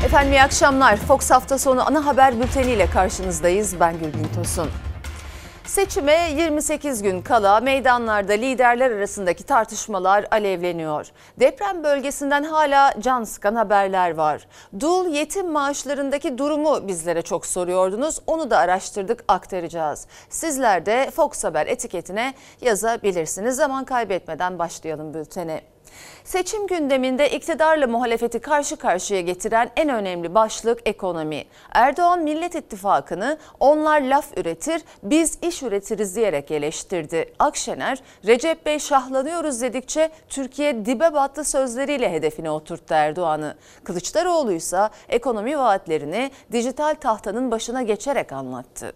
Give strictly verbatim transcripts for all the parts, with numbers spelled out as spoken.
Efendim iyi akşamlar. Fox hafta sonu ana haber bülteniyle karşınızdayız. Ben Gülbin Tosun. Seçime yirmi sekiz gün kala meydanlarda liderler arasındaki tartışmalar alevleniyor. Deprem bölgesinden hala can sıkan haberler var. Dul yetim maaşlarındaki durumu bizlere çok soruyordunuz. Onu da araştırdık, aktaracağız. Sizler de Fox Haber etiketine yazabilirsiniz. Zaman kaybetmeden başlayalım bültene. Seçim gündeminde iktidarla muhalefeti karşı karşıya getiren en önemli başlık ekonomi. Erdoğan Millet İttifakı'nı onlar laf üretir, biz iş üretiriz diyerek eleştirdi. Akşener, Recep Bey şahlanıyoruz dedikçe Türkiye dibe battı sözleriyle hedefine oturttu Erdoğan'ı. Kılıçdaroğlu ise ekonomi vaatlerini dijital tahtanın başına geçerek anlattı.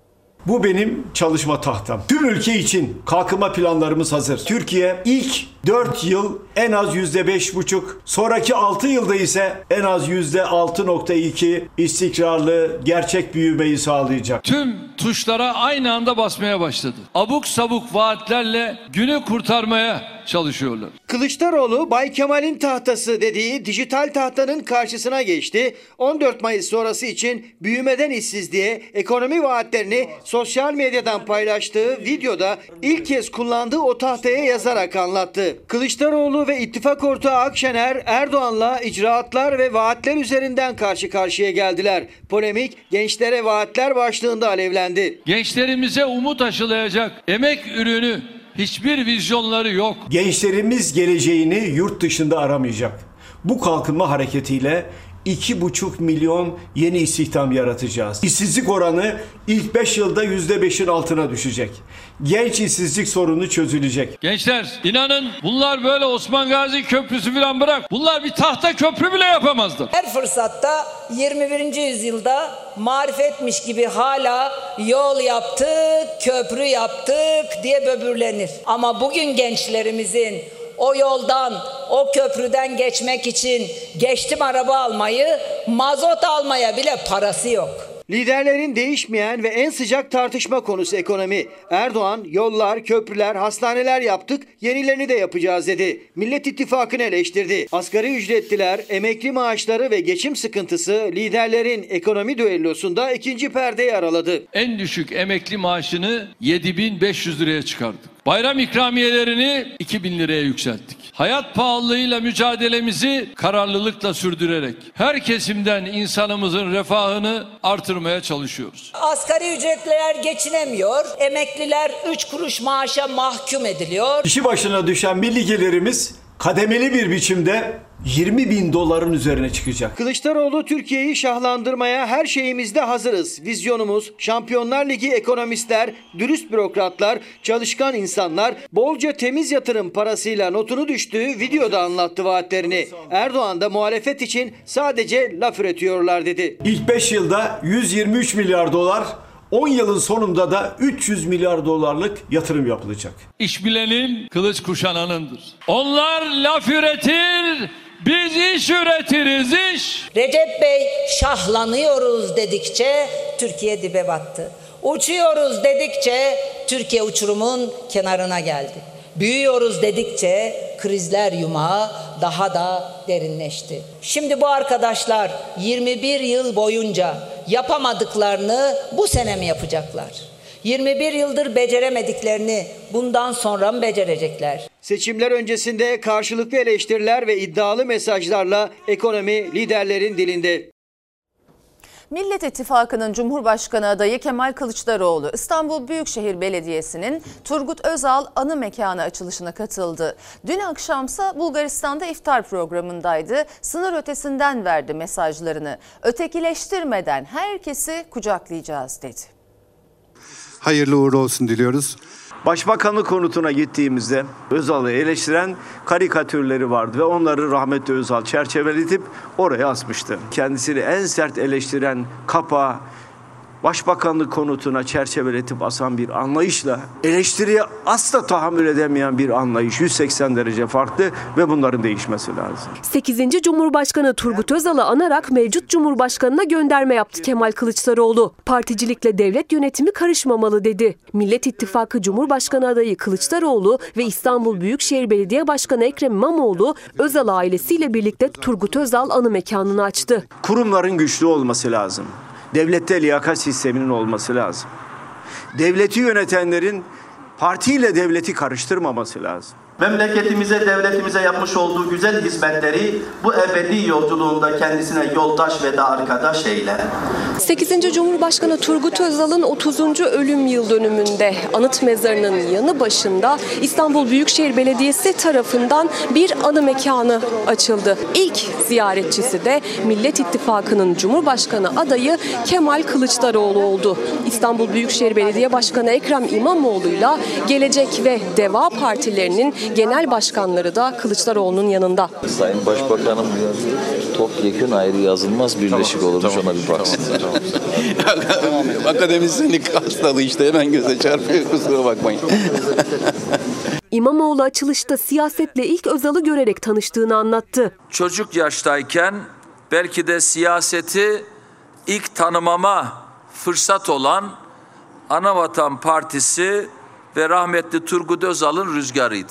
Bu benim çalışma tahtam. Tüm ülke için kalkınma planlarımız hazır. Türkiye ilk dört yıl en az yüzde beş buçuk, sonraki altı yılda ise en az yüzde altı nokta iki istikrarlı gerçek büyümeyi sağlayacak. Tüm tuşlara aynı anda basmaya başladı. Abuk sabuk vaatlerle günü kurtarmaya çalışıyorlar. Kılıçdaroğlu Bay Kemal'in tahtası dediği dijital tahtanın karşısına geçti. on dört Mayıs sonrası için büyümeden işsizliğe ekonomi vaatlerini sosyal medyadan paylaştığı videoda ilk kez kullandığı o tahtaya yazarak anlattı. Kılıçdaroğlu ve ittifak ortağı Akşener, Erdoğan'la icraatlar ve vaatler üzerinden karşı karşıya geldiler. Polemik gençlere vaatler başlığında alevlendi. Gençlerimize umut aşılayacak emek ürünü hiçbir vizyonları yok. Gençlerimiz geleceğini yurt dışında aramayacak. Bu kalkınma hareketiyle iki buçuk milyon yeni istihdam yaratacağız. İşsizlik oranı ilk beş yılda yüzde beşin altına düşecek. Genç işsizlik sorunu çözülecek. Gençler inanın bunlar böyle Osman Gazi Köprüsü falan bırak. Bunlar bir tahta köprü bile yapamazdı. Her fırsatta yirmi birinci yüzyılda marifetmiş gibi hala yol yaptık, köprü yaptık diye böbürlenir. Ama bugün gençlerimizin o yoldan, o köprüden geçmek için geçtim araba almayı, mazot almaya bile parası yok. Liderlerin değişmeyen ve en sıcak tartışma konusu ekonomi. Erdoğan, yollar, köprüler, hastaneler yaptık, yenilerini de yapacağız dedi. Millet İttifakı'nı eleştirdi. Asgari ücretliler, emekli maaşları ve geçim sıkıntısı liderlerin ekonomi düellosunda ikinci perdeyi araladı. En düşük emekli maaşını yedi bin beş yüz liraya çıkardık. Bayram ikramiyelerini iki bin liraya yükselttik. Hayat pahalılığıyla mücadelemizi kararlılıkla sürdürerek her kesimden insanımızın refahını artırmaya çalışıyoruz. Asgari ücretliler geçinemiyor, emekliler üç kuruş maaşa mahkum ediliyor. Kişi başına düşen milli gelirimiz kademeli bir biçimde yirmi bin doların üzerine çıkacak. Kılıçdaroğlu Türkiye'yi şahlandırmaya her şeyimizde hazırız. Vizyonumuz Şampiyonlar Ligi ekonomistler, dürüst bürokratlar, çalışkan insanlar, bolca temiz yatırım parasıyla notunu düştüğü videoda anlattı vaatlerini. Erdoğan da muhalefet için sadece laf üretiyorlar dedi. İlk beş yılda yüz yirmi üç milyar dolar, on yılın sonunda da üç yüz milyar dolarlık yatırım yapılacak. İş bilenin kılıç kuşananındır. Onlar laf üretir, biz iş üretiriz iş. Recep Bey şahlanıyoruz dedikçe Türkiye dibe battı. Uçuyoruz dedikçe Türkiye uçurumun kenarına geldi. Büyüyoruz dedikçe krizler yumağı daha da derinleşti. Şimdi bu arkadaşlar yirmi bir yıl boyunca yapamadıklarını bu sene mi yapacaklar? yirmi bir yıldır beceremediklerini bundan sonra mı becerecekler? Seçimler öncesinde karşılıklı eleştiriler ve iddialı mesajlarla ekonomi liderlerin dilinde. Millet İttifakı'nın Cumhurbaşkanı adayı Kemal Kılıçdaroğlu, İstanbul Büyükşehir Belediyesi'nin Turgut Özal anı mekanı açılışına katıldı. Dün akşamsa Bulgaristan'da iftar programındaydı. Sınır ötesinden verdi mesajlarını. Ötekileştirmeden herkesi kucaklayacağız dedi. Hayırlı uğurlu olsun diliyoruz. Başbakanlık konutuna gittiğimizde Özal'ı eleştiren karikatürleri vardı ve onları rahmetli Özal çerçeveletip oraya asmıştı. Kendisini en sert eleştiren kapağı başbakanlık konutuna çerçeveletip asan bir anlayışla eleştiriye asla tahammül edemeyen bir anlayış. yüz seksen derece farklı ve bunların değişmesi lazım. sekizinci Cumhurbaşkanı Turgut Özal'ı anarak mevcut Cumhurbaşkanı'na gönderme yaptı Kemal Kılıçdaroğlu. Particilikle devlet yönetimi karışmamalı dedi. Millet İttifakı Cumhurbaşkanı adayı Kılıçdaroğlu ve İstanbul Büyükşehir Belediye Başkanı Ekrem İmamoğlu Özal ailesiyle birlikte Turgut Özal anı mekanını açtı. Kurumların güçlü olması lazım. Devlette liyakat sisteminin olması lazım. Devleti yönetenlerin partiyle devleti karıştırmaması lazım. Memleketimize, devletimize yapmış olduğu güzel hizmetleri bu ebedi yolculuğunda kendisine yoldaş ve de arkadaş eyle. sekizinci Cumhurbaşkanı Turgut Özal'ın otuzuncu ölüm yıl dönümünde anıt mezarının yanı başında İstanbul Büyükşehir Belediyesi tarafından bir anı mekanı açıldı. İlk ziyaretçisi de Millet İttifakı'nın Cumhurbaşkanı adayı Kemal Kılıçdaroğlu oldu. İstanbul Büyükşehir Belediye Başkanı Ekrem İmamoğlu'yla Gelecek ve Deva partilerinin genel başkanları da Kılıçdaroğlu'nun yanında. Sayın Başbakanım topyekün ayrı yazılmaz birleşik tamam, olurmuş tamam, ona bir baksın. Tamam, tamam. Akademisyenlik hastalığı işte hemen göze çarpıyor, kusura bakmayın. İmamoğlu açılışta siyasetle ilk Özal'ı görerek tanıştığını anlattı. Çocuk yaştayken belki de siyaseti ilk tanımama fırsat olan Anavatan Partisi ve rahmetli Turgut Özal'ın rüzgarıydı.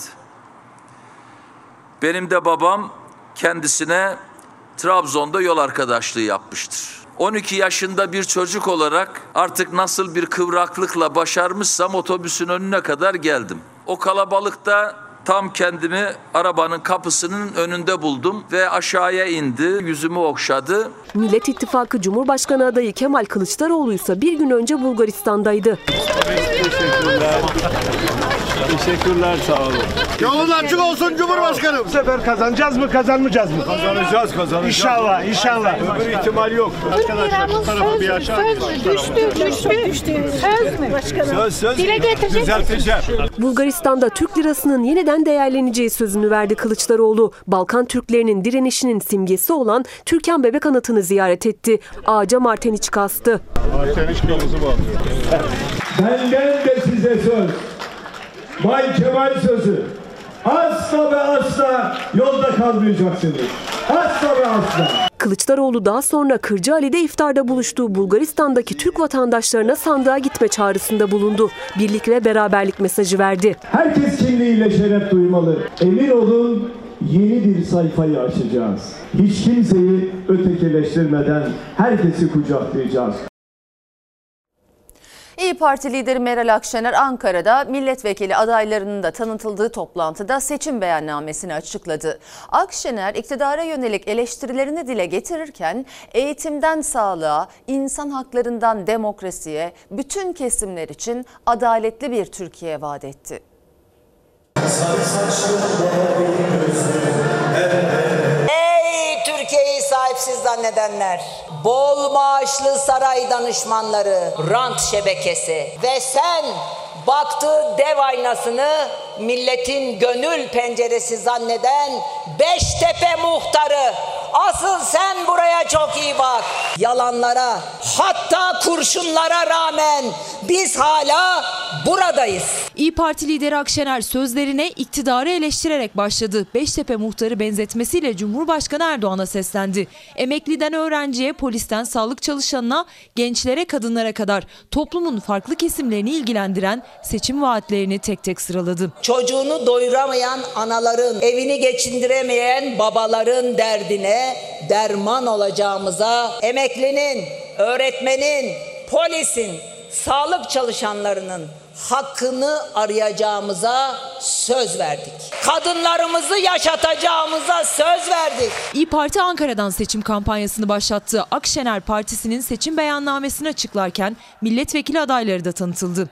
Benim de babam kendisine Trabzon'da yol arkadaşlığı yapmıştır. on iki yaşında bir çocuk olarak artık nasıl bir kıvraklıkla başarmışsam otobüsün önüne kadar geldim. O kalabalıkta tam kendimi arabanın kapısının önünde buldum ve aşağıya indi, yüzümü okşadı. Millet İttifakı Cumhurbaşkanı adayı Kemal Kılıçdaroğlu ise bir gün önce Bulgaristan'daydı. Teşekkürler. Teşekkürler, sağ olun. Yolun açık olsun Cumhurbaşkanım. Bu sefer kazanacağız mı, kazanmayacağız mı? Kazanacağız, kazanacağız. İnşallah, inşallah. Öbür ihtimal yok. Arkadaşlar şu tarafı bir aşağı. Düştü, düştü, düştü. Söz mü başkanım? Söz, söz. Dile getirecek. Düzelteceğim. Bulgaristan'da Türk lirasının yeniden değerleneceği sözünü verdi Kılıçdaroğlu. Balkan Türklerinin direnişinin simgesi olan Türkan Bebek Anıtı'nı ziyaret etti. Ağaca marteniçka astı. Marteniçkamızı bağlıyor. Benden de size söz. Bay Kemal sözü. Asla ve asla yolda kalmayacaksınız. Asla ve asla. Kılıçdaroğlu daha sonra Kırcaali'de iftarda buluştuğu Bulgaristan'daki Türk vatandaşlarına sandığa gitme çağrısında bulundu. Birlik ve beraberlik mesajı verdi. Herkes kimliğiyle şeref duymalı. Emin olun yeni bir sayfayı açacağız. Hiç kimseyi ötekileştirmeden herkesi kucaklayacağız. İYİ Parti lideri Meral Akşener Ankara'da milletvekili adaylarının da tanıtıldığı toplantıda seçim beyannamesini açıkladı. Akşener iktidara yönelik eleştirilerini dile getirirken eğitimden sağlığa, insan haklarından demokrasiye, bütün kesimler için adaletli bir Türkiye vaat etti. Ey Türkiye'yi sahipsiz zannedenler! Bol maaşlı saray danışmanları, rant şebekesi ve sen baktığı dev aynasını milletin gönül penceresi zanneden Beştepe muhtarı. Asıl sen buraya çok iyi bak. Yalanlara, hatta kurşunlara rağmen biz hala buradayız. İYİ Parti lideri Akşener sözlerine iktidarı eleştirerek başladı. Beştepe muhtarı benzetmesiyle Cumhurbaşkanı Erdoğan'a seslendi. Emekliden öğrenciye, polisten sağlık çalışanına, gençlere, kadınlara kadar toplumun farklı kesimlerini ilgilendiren seçim vaatlerini tek tek sıraladı. Çocuğunu doyuramayan anaların, evini geçindiremeyen babaların derdine derman olacağımıza, emeklinin, öğretmenin, polisin, sağlık çalışanlarının hakkını arayacağımıza söz verdik. Kadınlarımızı yaşatacağımıza söz verdik. İYİ Parti Ankara'dan seçim kampanyasını başlattı. Akşener Partisi'nin seçim beyannamesini açıklarken milletvekili adayları da tanıtıldı.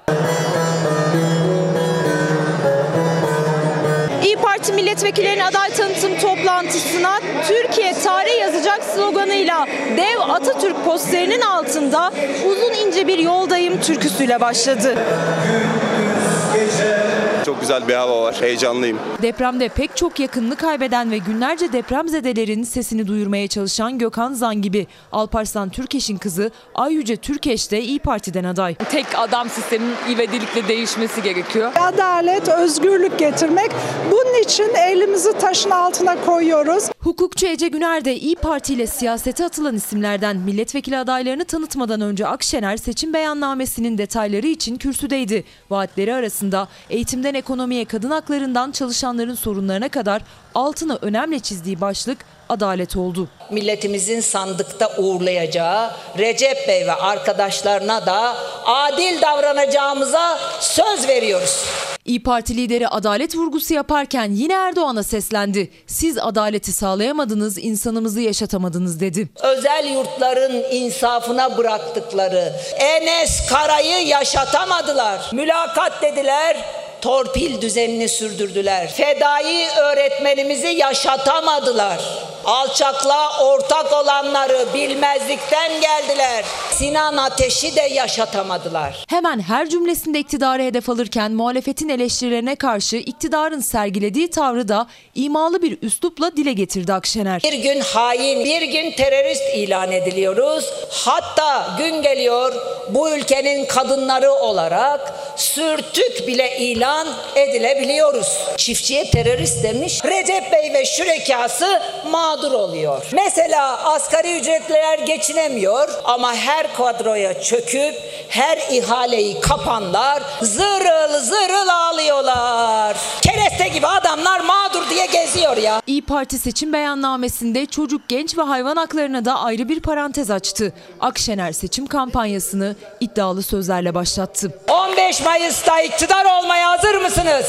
İYİ Parti milletvekillerinin aday tanıtım toplantısına Türkiye tarih yazacak sloganıyla dev Atatürk posterinin altında uzun ince bir yoldayım türküsüyle başladı. Gündüz gece Çok güzel bir hava var. Heyecanlıyım. Depremde pek çok yakınını kaybeden ve günlerce depremzedelerin sesini duyurmaya çalışan Gökhan Zan gibi Alparslan Türkeş'in kızı Ay Yüce Türkeş de İYİ Parti'den aday. Tek adam sistemin ivedilikle değişmesi gerekiyor. Adalet, özgürlük getirmek. Bunun için elimizi taşın altına koyuyoruz. Hukukçu Ece Güner de İYİ Parti ile siyasete atılan isimlerden. Milletvekili adaylarını tanıtmadan önce Akşener seçim beyannamesinin detayları için kürsüdeydi. Vaatleri arasında eğitimden ekonomiye, kadın haklarından çalışanların sorunlarına kadar altını önemli çizdiği başlık adalet oldu. Milletimizin sandıkta uğurlayacağı Recep Bey ve arkadaşlarına da adil davranacağımıza söz veriyoruz. İYİ Parti lideri adalet vurgusu yaparken yine Erdoğan'a seslendi. Siz adaleti sağlayamadınız, insanımızı yaşatamadınız dedi. Özel yurtların insafına bıraktıkları Enes Kara'yı yaşatamadılar. Mülakat dediler, torpil düzenini sürdürdüler. Fedai öğretmenimizi yaşatamadılar. Alçaklığa ortak olanları bilmezlikten geldiler. Sinan Ateş'i de yaşatamadılar. Hemen her cümlesinde iktidarı hedef alırken muhalefetin eleştirilerine karşı iktidarın sergilediği tavrı da imalı bir üslupla dile getirdi Akşener. Bir gün hain, bir gün terörist ilan ediliyoruz. Hatta gün geliyor bu ülkenin kadınları olarak sürtük bile ilan edilebiliyoruz. Çiftçiye terörist demiş, Recep Bey ve şürekası mağdur oluyor. Mesela asgari ücretliler geçinemiyor ama her kadroya çöküp her ihaleyi kapanlar zırıl zırıl ağlıyorlar. Kereste gibi adamlar mağdur diye geziyor ya. İYİ Parti seçim beyannamesinde çocuk, genç ve hayvan haklarına da ayrı bir parantez açtı. Akşener seçim kampanyasını iddialı sözlerle başlattı. on beş Mayıs'ta iktidar olmaya hazır mısınız?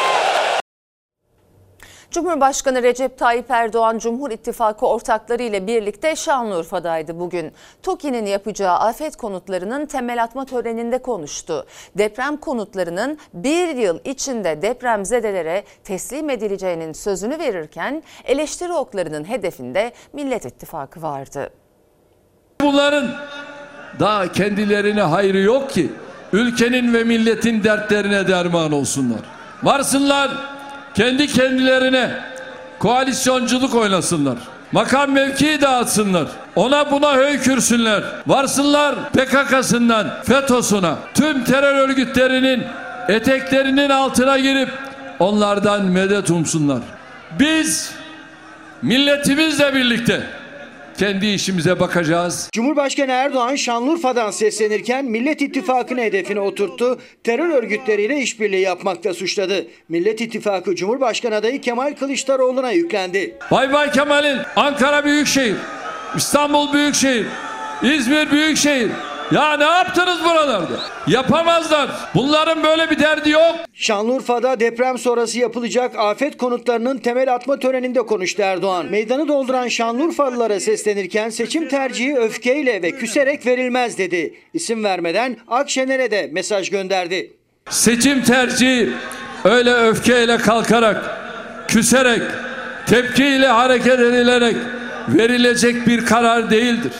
Cumhurbaşkanı Recep Tayyip Erdoğan, Cumhur İttifakı ortakları ile birlikte Şanlıurfa'daydı bugün. TOKİ'nin yapacağı afet konutlarının temel atma töreninde konuştu. Deprem konutlarının bir yıl içinde depremzedelere teslim edileceğinin sözünü verirken eleştiri oklarının hedefinde Millet İttifakı vardı. Bunların daha kendilerine hayrı yok ki ülkenin ve milletin dertlerine derman olsunlar. Varsınlar kendi kendilerine koalisyonculuk oynasınlar. Makam mevkii dağıtsınlar. Ona buna höykürsünler. Varsınlar P K K'sından FETÖ'süne, tüm terör örgütlerinin eteklerinin altına girip onlardan medet umsunlar. Biz milletimizle birlikte kendi işimize bakacağız. Cumhurbaşkanı Erdoğan Şanlıurfa'dan seslenirken Millet İttifakı'nı hedefine oturttu. Terör örgütleriyle işbirliği yapmakta suçladı. Millet İttifakı Cumhurbaşkanı adayı Kemal Kılıçdaroğlu'na yüklendi. Bay Bay Kemal'in Ankara Büyükşehir, İstanbul Büyükşehir, İzmir Büyükşehir. Ya ne yaptınız buralarda? Yapamazlar. Bunların böyle bir derdi yok. Şanlıurfa'da deprem sonrası yapılacak afet konutlarının temel atma töreninde konuştu Erdoğan. Meydanı dolduran Şanlıurfalılara seslenirken seçim tercihi öfkeyle ve küserek verilmez dedi. İsim vermeden Akşener'e de mesaj gönderdi. Seçim tercihi öyle öfkeyle kalkarak, küserek, tepkiyle hareket edilerek verilecek bir karar değildir.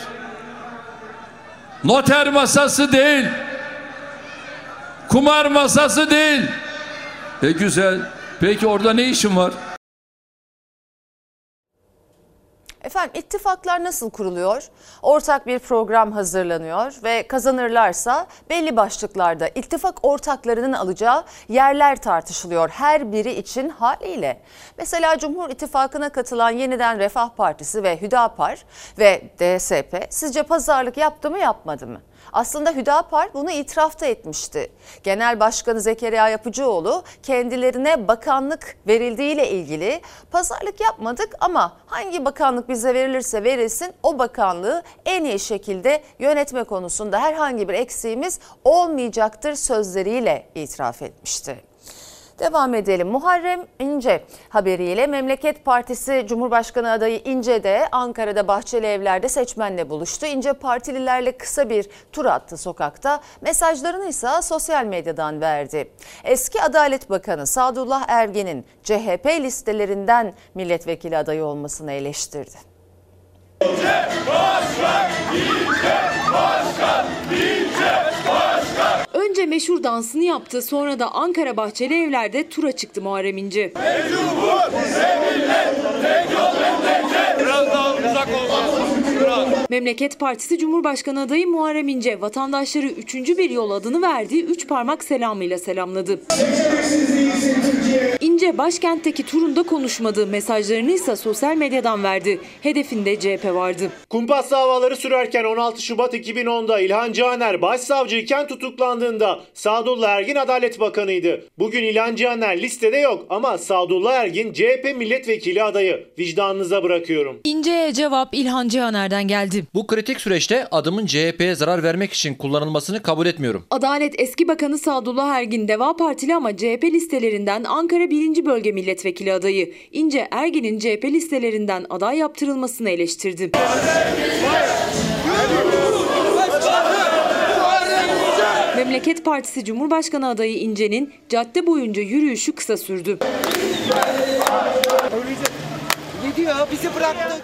Noter masası değil, kumar masası değil. E güzel, peki orada ne işin var? Efendim, ittifaklar nasıl kuruluyor? Ortak bir program hazırlanıyor ve kazanırlarsa belli başlıklarda ittifak ortaklarının alacağı yerler tartışılıyor her biri için haliyle. Mesela Cumhur İttifakı'na katılan Yeniden Refah Partisi ve Hüdapar ve D S P sizce pazarlık yaptı mı yapmadı mı? Aslında Hüdapar bunu itirafta etmişti. Genel Başkanı Zekeriya Yapıcıoğlu kendilerine bakanlık verildiğiyle ilgili pazarlık yapmadık ama hangi bakanlık bize verilirse verilsin o bakanlığı en iyi şekilde yönetme konusunda herhangi bir eksiğimiz olmayacaktır sözleriyle itiraf etmişti. Devam edelim. Muharrem İnce haberiyle Memleket Partisi Cumhurbaşkanı adayı İnce de Ankara'da Bahçeli Evler'de seçmenle buluştu. İnce partililerle kısa bir tur attı sokakta. Mesajlarını ise sosyal medyadan verdi. Eski Adalet Bakanı Sadullah Ergen'in C H P listelerinden milletvekili adayı olmasını eleştirdi. İnce başkan, İnce başkan, İnce başkan. Önce Önce meşhur dansını yaptı, sonra da Ankara Bahçeli Evler'de tura çıktı Muharrem İnce. Biraz daha uzak olmaz. Memleket Partisi Cumhurbaşkanı adayı Muharrem İnce vatandaşları üçüncü bir yol adını verdiği üç parmak selamıyla selamladı. İnce başkentteki turunda konuşmadı, mesajlarını ise sosyal medyadan verdi. Hedefinde C H P vardı. Kumpas davaları sürerken on altı Şubat iki bin onda İlhan Cihaner başsavcıyken tutuklandığında Sadullah Ergin Adalet Bakanıydı. Bugün İlhan Cihaner listede yok ama Sadullah Ergin C H P milletvekili adayı. Vicdanınıza bırakıyorum. İnce'ye cevap İlhan Cihaner'den geldi. Bu kritik süreçte adımın C H P'ye zarar vermek için kullanılmasını kabul etmiyorum. Adalet eski bakanı Sadullah Ergin Deva Partili ama C H P listelerinden Ankara birinci Bölge Milletvekili adayı. İnce Ergin'in C H P listelerinden aday yaptırılmasını eleştirdi. Memleket Partisi Cumhurbaşkanı adayı İnce'nin cadde boyunca yürüyüşü kısa sürdü. Gidiyor, bizi bıraktı.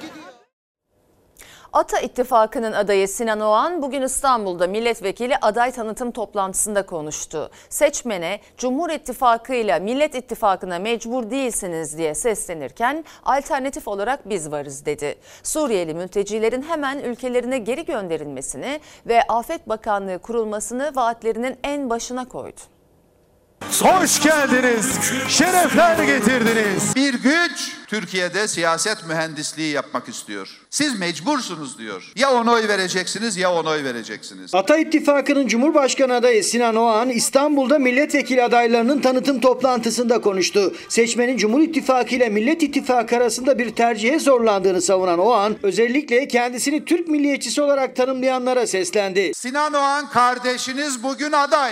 Ata İttifakı'nın adayı Sinan Oğan bugün İstanbul'da milletvekili aday tanıtım toplantısında konuştu. Seçmene Cumhur İttifakı ile Millet İttifakı'na mecbur değilsiniz diye seslenirken alternatif olarak biz varız dedi. Suriyeli mültecilerin hemen ülkelerine geri gönderilmesini ve Afet Bakanlığı kurulmasını vaatlerinin en başına koydu. Hoş geldiniz, şerefler getirdiniz. Bir güç Türkiye'de siyaset mühendisliği yapmak istiyor. Siz mecbursunuz diyor. Ya ona oy vereceksiniz ya ona oy vereceksiniz. Ata İttifakı'nın Cumhurbaşkanı adayı Sinan Oğan İstanbul'da milletvekili adaylarının tanıtım toplantısında konuştu. Seçmenin Cumhur İttifakı ile Millet İttifakı arasında bir tercihe zorlandığını savunan Oğan, özellikle kendisini Türk milliyetçisi olarak tanımlayanlara seslendi. Sinan Oğan kardeşiniz bugün aday.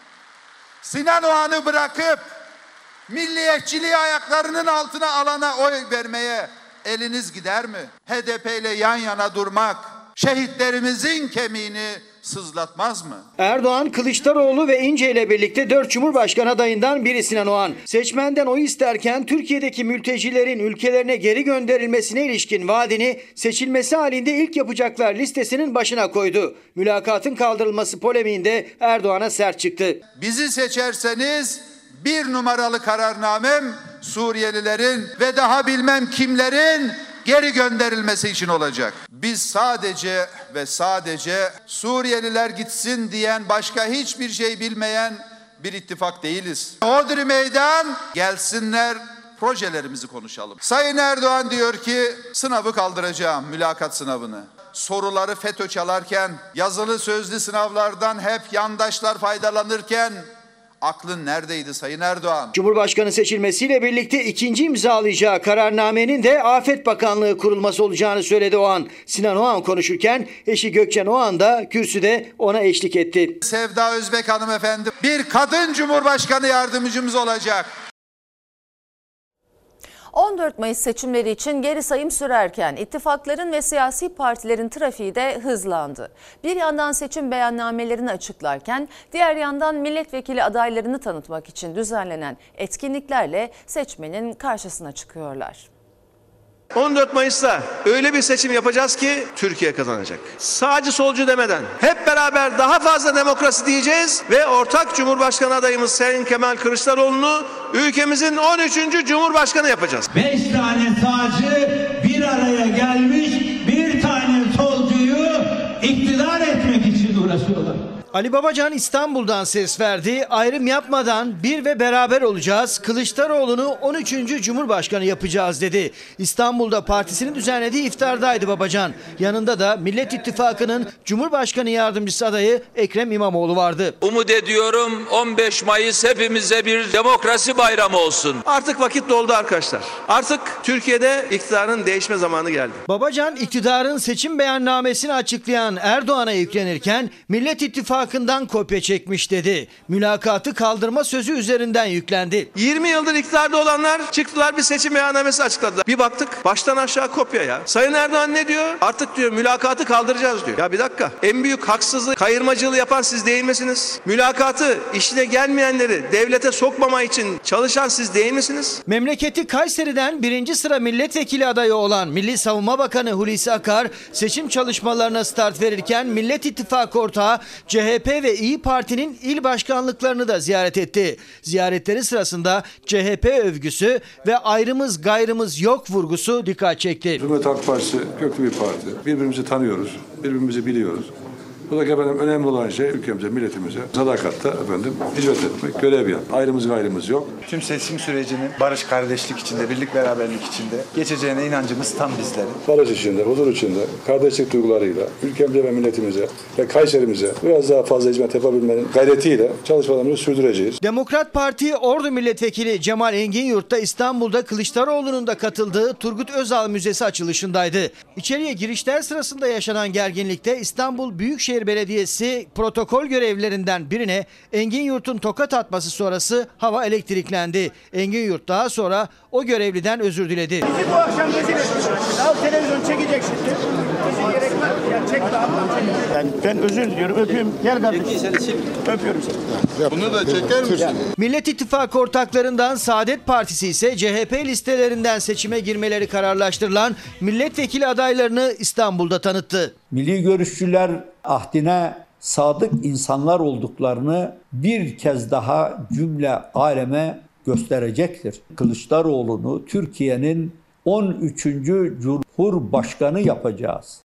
Sinan Oğan'ı bırakıp milliyetçiliği ayaklarının altına alana oy vermeye eliniz gider mi? H D P ile yan yana durmak şehitlerimizin kemiğini sızlatmaz mı? Erdoğan, Kılıçdaroğlu ve İnce ile birlikte dört Cumhurbaşkanı adayından biri Sinan Oğan. Seçmenden oy isterken Türkiye'deki mültecilerin ülkelerine geri gönderilmesine ilişkin vaadini seçilmesi halinde ilk yapacaklar listesinin başına koydu. Mülakatın kaldırılması polemiğinde Erdoğan'a sert çıktı. Bizi seçerseniz bir numaralı kararnamem Suriyelilerin ve daha bilmem kimlerin geri gönderilmesi için olacak. Biz sadece ve sadece Suriyeliler gitsin diyen, başka hiçbir şey bilmeyen bir ittifak değiliz. Hodri meydan, gelsinler, projelerimizi konuşalım. Sayın Erdoğan diyor ki sınavı kaldıracağım, mülakat sınavını. Soruları FETÖ çalarken, yazılı sözlü sınavlardan hep yandaşlar faydalanırken aklın neredeydi Sayın Erdoğan? Cumhurbaşkanı seçilmesiyle birlikte ikinci imzalayacağı kararnamenin de Afet Bakanlığı kurulması olacağını söyledi Oğan. Sinan Oğan konuşurken eşi Gökçen Oğan da kürsüde ona eşlik etti. Sevda Özbek hanımefendi bir kadın Cumhurbaşkanı yardımcımız olacak. on dört Mayıs seçimleri için geri sayım sürerken ittifakların ve siyasi partilerin trafiği de hızlandı. Bir yandan seçim beyannamelerini açıklarken diğer yandan milletvekili adaylarını tanıtmak için düzenlenen etkinliklerle seçmenin karşısına çıkıyorlar. on dört Mayıs'ta öyle bir seçim yapacağız ki Türkiye kazanacak. Sağcı solcu demeden hep beraber daha fazla demokrasi diyeceğiz ve ortak Cumhurbaşkanı adayımız Sayın Kemal Kılıçdaroğlu'nu ülkemizin on üçüncü Cumhurbaşkanı yapacağız. Beş tane sağcı bir araya gelmiş, bir tane solcuyu iktidar etmek için uğraşıyorlar. Ali Babacan İstanbul'dan ses verdi. Ayrım yapmadan bir ve beraber olacağız. Kılıçdaroğlu'nu on üçüncü Cumhurbaşkanı yapacağız dedi. İstanbul'da partisinin düzenlediği iftardaydı Babacan. Yanında da Millet İttifakı'nın Cumhurbaşkanı yardımcısı adayı Ekrem İmamoğlu vardı. Umut ediyorum on beş Mayıs hepimize bir demokrasi bayramı olsun. Artık vakit doldu arkadaşlar. Artık Türkiye'de iktidarın değişme zamanı geldi. Babacan iktidarın seçim beyannamesini açıklayan Erdoğan'a yüklenirken Millet İttifakı İttifakı'ndan kopya çekmiş dedi. Mülakatı kaldırma sözü üzerinden yüklendi. yirmi yıldır iktidarda olanlar çıktılar, bir seçim beyannamesi açıkladılar. Bir baktık baştan aşağı kopya ya. Sayın Erdoğan ne diyor? Artık diyor mülakatı kaldıracağız diyor. Ya bir dakika. En büyük haksızlığı, kayırmacılığı yapan siz değil misiniz? Mülakatı işine gelmeyenleri devlete sokmama için çalışan siz değil misiniz? Memleketi Kayseri'den birinci sıra milletvekili adayı olan Milli Savunma Bakanı Hulusi Akar seçim çalışmalarına start verirken Millet İttifakı ortağı C H H P ve İyi Parti'nin il başkanlıklarını da ziyaret etti. Ziyaretleri sırasında C H P övgüsü ve ayrımız gayrımız yok vurgusu dikkat çekti. Cumhuriyet Halk Partisi köklü bir parti. Birbirimizi tanıyoruz, birbirimizi biliyoruz. Buradaki efendim önemli olan şey ülkemize, milletimize sadakatle efendim hizmet etmek, görev yapmak. Ayrımız gayrımız yok. Tüm seçim sürecinin barış, kardeşlik içinde, birlik, beraberlik içinde geçeceğine inancımız tam bizlerin. Barış içinde, huzur içinde, kardeşlik duygularıyla ülkemize ve milletimize ve Kayserimize biraz daha fazla hizmet yapabilmenin gayretiyle çalışmalarımızı sürdüreceğiz. Demokrat Parti Ordu Milletvekili Cemal Enginyurt da İstanbul'da Kılıçdaroğlu'nun da katıldığı Turgut Özal Müzesi açılışındaydı. İçeriye girişler sırasında yaşanan gerginlikte İstanbul Büyükşehir Belediyesi protokol görevlilerinden birine Enginyurt'un tokat atması sonrası hava elektriklendi. Enginyurt daha sonra o görevliden özür diledi. Bizi bu akşam rezil etmişsiniz. Al televizyon çekecek şimdi. Bizi gerek var. Yani çek de yani ben özür diliyorum. Öpüyorum. Gel kardeşim. Öpüyorum seni. Bunu da çeker misin? Millet İttifakı ortaklarından Saadet Partisi ise C H P listelerinden seçime girmeleri kararlaştırılan milletvekili adaylarını İstanbul'da tanıttı. Milli görüşçüler ahdine sadık insanlar olduklarını bir kez daha cümle aleme gösterecektir. Kılıçdaroğlu'nu Türkiye'nin on üçüncü Cumhurbaşkanı yapacağız.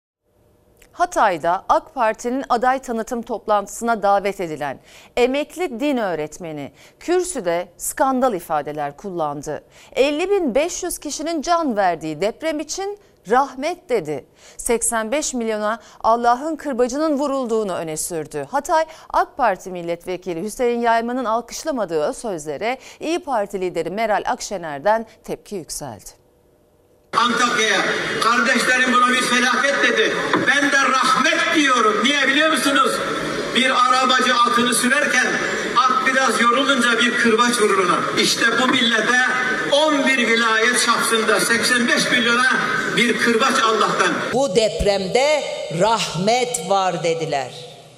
Hatay'da AK Parti'nin aday tanıtım toplantısına davet edilen emekli din öğretmeni kürsüde skandal ifadeler kullandı. elli bin beş yüz kişinin can verdiği deprem için rahmet dedi. seksen beş milyona Allah'ın kırbacının vurulduğunu öne sürdü. Hatay AK Parti milletvekili Hüseyin Yayman'ın alkışlamadığı o sözlere İyi Parti lideri Meral Akşener'den tepki yükseldi. Antakya'ya kardeşlerim buna bir felaket dedi. Ben de rahmet diyorum. Niye biliyor musunuz? Bir arabacı atını sürerken at biraz yorulunca bir kırbaç vurur ona. İşte bu millete on bir vilayet çapsında seksen beş milyona bir kırbaç Allah'tan. Bu depremde rahmet var dediler.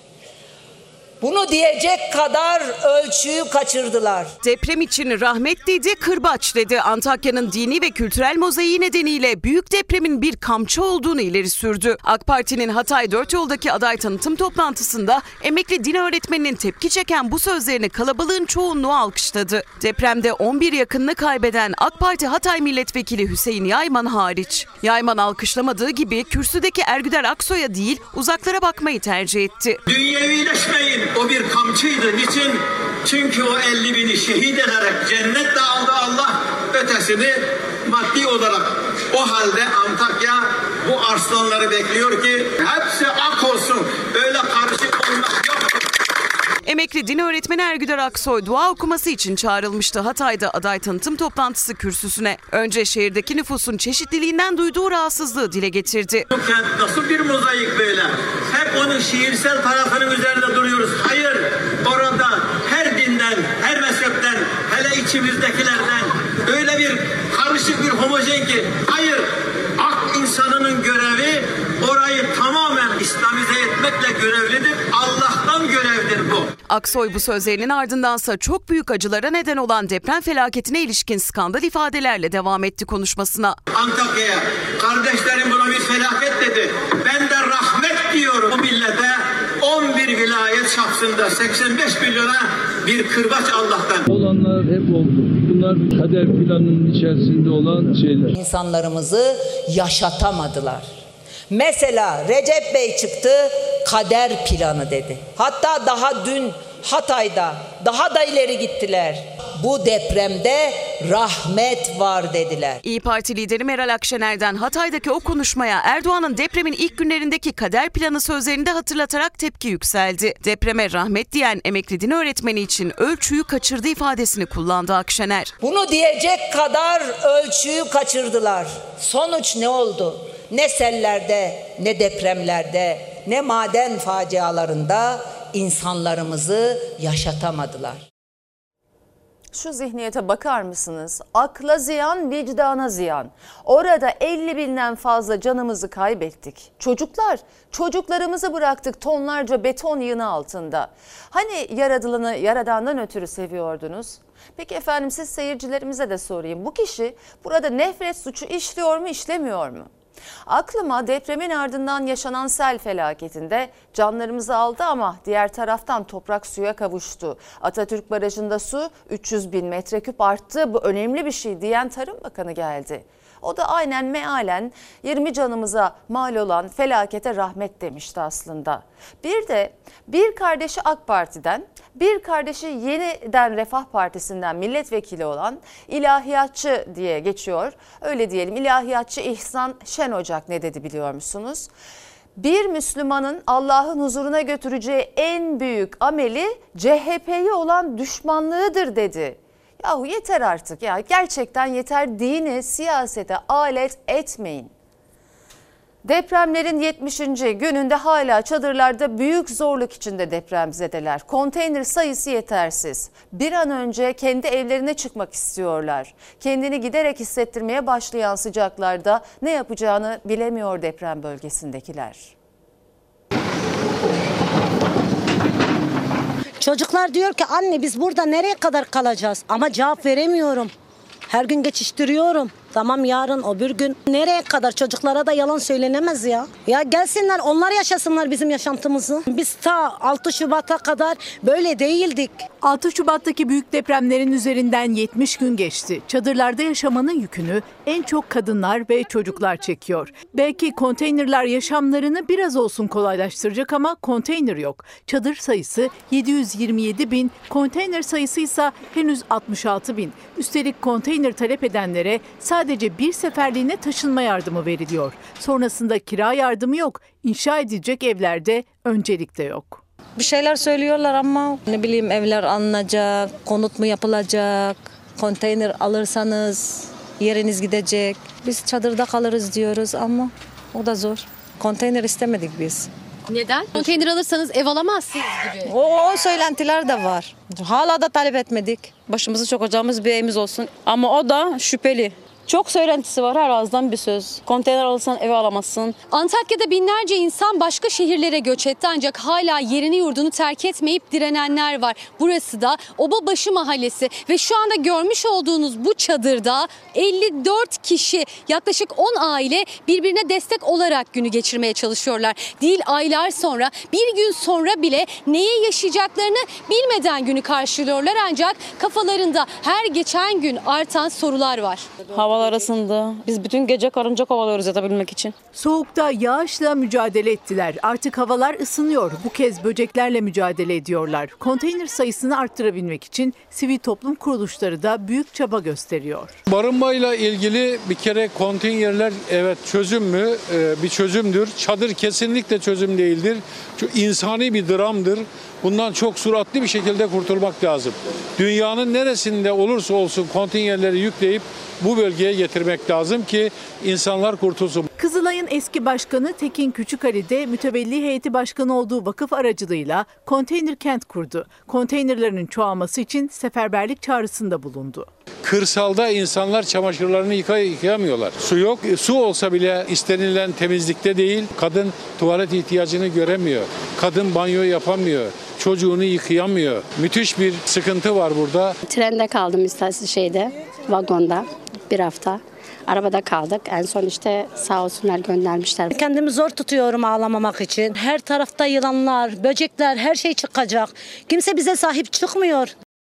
Bunu diyecek kadar ölçüyü kaçırdılar. Deprem için rahmet dedi, kırbaç dedi. Antakya'nın dini ve kültürel mozaiği nedeniyle büyük depremin bir kamçı olduğunu ileri sürdü. AK Parti'nin Hatay Dört Yol'daki aday tanıtım toplantısında emekli din öğretmeninin tepki çeken bu sözlerini kalabalığın çoğunluğu alkışladı. Depremde on bir yakınını kaybeden AK Parti Hatay milletvekili Hüseyin Yayman hariç. Yayman alkışlamadığı gibi kürsüdeki Ergüder Aksoy'a değil uzaklara bakmayı tercih etti. Dünyevileşmeyin. O bir kamçıydı. Niçin? Çünkü o elli bini şehit ederek cennet de aldı Allah, ötesini maddi olarak. O halde Antakya bu arslanları bekliyor ki hepsi ak olsun. Öyle karışık olmak yok. Emekli din öğretmeni Ergüder Aksoy dua okuması için çağrılmıştı Hatay'da aday tanıtım toplantısı kürsüsüne. Önce şehirdeki nüfusun çeşitliliğinden duyduğu rahatsızlığı dile getirdi. Bu kent nasıl bir mozaik böyle? Hep onun şiirsel tarafının üzerinde duruyoruz. Hayır, orada her dinden, her mezhepten, hele içimizdekilerden öyle bir karışık bir homojen ki, hayır, ak insanının görevi orayı tamamen İslamize etmekle görevlidir. Allah'tan görevdir bu. Aksoy bu sözlerinin ardındansa çok büyük acılara neden olan deprem felaketine ilişkin skandal ifadelerle devam etti konuşmasına. Antakya'ya kardeşlerim buna bir felaket dedi. Ben de rahmet diyorum. Bu millete on bir vilayet çapsında seksen beş milyona bir kırbaç Allah'tan. Olanlar hep oldu. Bunlar kader planının içerisinde olan şeyler. İnsanlarımızı yaşatamadılar. Mesela Recep Bey çıktı, kader planı dedi. Hatta daha dün Hatay'da daha da ileri gittiler. Bu depremde rahmet var dediler. İyi Parti lideri Meral Akşener'den Hatay'daki o konuşmaya Erdoğan'ın depremin ilk günlerindeki kader planı sözlerini de hatırlatarak tepki yükseldi. Depreme rahmet diyen emekli din öğretmeni için ölçüyü kaçırdı ifadesini kullandı Akşener. Bunu diyecek kadar ölçüyü kaçırdılar. Sonuç ne oldu? Ne sellerde, ne depremlerde, ne maden facialarında insanlarımızı yaşatamadılar. Şu zihniyete bakar mısınız? Akla ziyan, vicdana ziyan. Orada elli binden fazla canımızı kaybettik. Çocuklar, çocuklarımızı bıraktık tonlarca beton yığını altında. Hani yaradılanı yaradandan ötürü seviyordunuz? Peki efendim siz seyircilerimize de sorayım. Bu kişi burada nefret suçu işliyor mu, işlemiyor mu? Aklıma depremin ardından yaşanan sel felaketinde canlarımızı aldı ama diğer taraftan toprak suya kavuştu. Atatürk Barajı'nda su üç yüz bin metreküp arttı. Bu önemli bir şey diyen Tarım Bakanı geldi. O da aynen mealen yirmi canımıza mal olan felakete rahmet demişti aslında. Bir de bir kardeşi AK Parti'den, bir kardeşi yeniden Refah Partisi'nden milletvekili olan ilahiyatçı diye geçiyor. Öyle diyelim, ilahiyatçı İhsan Şenocak ne dedi biliyor musunuz? Bir Müslümanın Allah'ın huzuruna götüreceği en büyük ameli C H P'ye olan düşmanlığıdır dedi. Yahu yeter artık ya, gerçekten yeter, dini siyasete alet etmeyin. Depremlerin yetmişinci gününde hala çadırlarda büyük zorluk içinde depremzedeler. Konteyner sayısı yetersiz. Bir an önce kendi evlerine çıkmak istiyorlar. Kendini giderek hissettirmeye başlayan sıcaklarda ne yapacağını bilemiyor deprem bölgesindekiler. Çocuklar diyor ki anne biz burada nereye kadar kalacağız? Ama cevap veremiyorum. Her gün geçiştiriyorum. Tamam yarın öbür gün nereye kadar, çocuklara da yalan söylenemez ya. Ya gelsinler onlar yaşasınlar bizim yaşantımızı. Biz ta altı Şubat'a kadar böyle değildik. altı Şubat'taki büyük depremlerin üzerinden yetmiş gün geçti. Çadırlarda yaşamanın yükünü en çok kadınlar ve çocuklar çekiyor. Belki konteynerler yaşamlarını biraz olsun kolaylaştıracak ama konteyner yok. Çadır sayısı yedi yüz yirmi yedi bin, konteyner sayısı ise henüz altmış altı bin. Üstelik konteyner talep edenlere sadece bir seferliğine taşınma yardımı veriliyor. Sonrasında kira yardımı yok. İnşa edilecek evlerde öncelik de yok. Bir şeyler söylüyorlar ama ne bileyim evler alınacak, konut mu yapılacak, konteyner alırsanız yeriniz gidecek. Biz çadırda kalırız diyoruz ama o da zor. Konteyner istemedik biz. Neden? Konteyner alırsanız ev alamazsınız gibi. O, o söylentiler de var. Hala da talep etmedik. Başımızı sokacağımız bir evimiz olsun. Ama o da şüpheli. Çok söylentisi var, her ağızdan bir söz. Konteyner alırsan eve alamazsın. Antakya'da binlerce insan başka şehirlere göç etti ancak hala yerini yurdunu terk etmeyip direnenler var. Burası da Obabaşı Mahallesi ve şu anda görmüş olduğunuz bu çadırda elli dört kişi, yaklaşık on aile birbirine destek olarak günü geçirmeye çalışıyorlar. Değil aylar sonra, bir gün sonra bile neye yaşayacaklarını bilmeden günü karşılıyorlar ancak kafalarında her geçen gün artan sorular var. Hava arasında. Biz bütün gece karınca kovalıyoruz yatabilmek için. Soğukta yağışla mücadele ettiler. Artık havalar ısınıyor. Bu kez böceklerle mücadele ediyorlar. Konteyner sayısını arttırabilmek için sivil toplum kuruluşları da büyük çaba gösteriyor. Barınmayla ilgili bir kere konteynerler evet çözüm mü? Ee, bir çözümdür. Çadır kesinlikle çözüm değildir. Çünkü insani bir dramdır. Bundan çok süratli bir şekilde kurtulmak lazım. Dünyanın neresinde olursa olsun konteynerleri yükleyip bu bölgeye getirmek lazım ki insanlar kurtulsun. Kızılay'ın eski başkanı Tekin Küçükali de mütevelli heyeti başkanı olduğu vakıf aracılığıyla konteyner kent kurdu. Konteynerlerin çoğalması için seferberlik çağrısında bulundu. Kırsalda insanlar çamaşırlarını yıkay yıkayamıyorlar. Su yok. E, su olsa bile istenilen temizlikte değil. Kadın tuvalet ihtiyacını göremiyor. Kadın banyo yapamıyor. Çocuğunu yıkayamıyor. Müthiş bir sıkıntı var burada. Trende kaldım istersen şeyde, vagonda bir hafta. Arabada kaldık. En son işte sağ olsunlar göndermişler. Kendimi zor tutuyorum ağlamamak için. Her tarafta yılanlar, böcekler, her şey çıkacak. Kimse bize sahip çıkmıyor.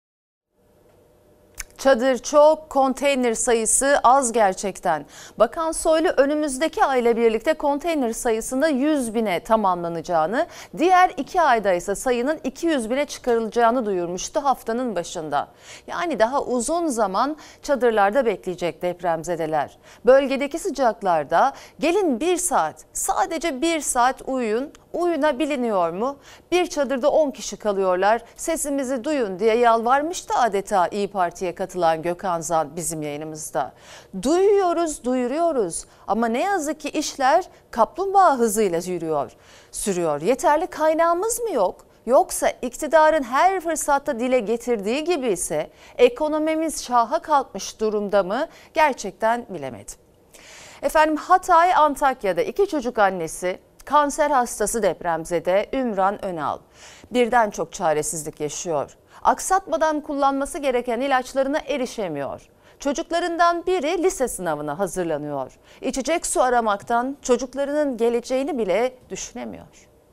Çadır çok, konteyner sayısı az gerçekten. Bakan Soylu önümüzdeki ayla birlikte konteyner sayısında yüz bine tamamlanacağını, diğer iki ayda ise sayının iki yüz bine çıkarılacağını duyurmuştu haftanın başında. Yani daha uzun zaman çadırlarda bekleyecek depremzedeler. Bölgedeki sıcaklarda gelin bir saat, sadece bir saat uyuyun, uyunabiliyor mu? Bir çadırda on kişi kalıyorlar, sesimizi duyun diye yalvarmıştı adeta İYİ Parti'ye katılan Gökhan Zan bizim yayınımızda. Duyuyoruz, duyuruyoruz ama ne yazık ki işler kaplumbağa hızıyla yürüyor, sürüyor. Yeterli kaynağımız mı yok? Yoksa iktidarın her fırsatta dile getirdiği gibi ise ekonomimiz şaha kalkmış durumda mı? Gerçekten bilemedim. Efendim Hatay, Antakya'da iki çocuk annesi, kanser hastası depremzede Ümran Önal birden çok çaresizlik yaşıyor. Aksatmadan kullanması gereken ilaçlarına erişemiyor. Çocuklarından biri lise sınavına hazırlanıyor. İçecek su aramaktan çocuklarının geleceğini bile düşünemiyor.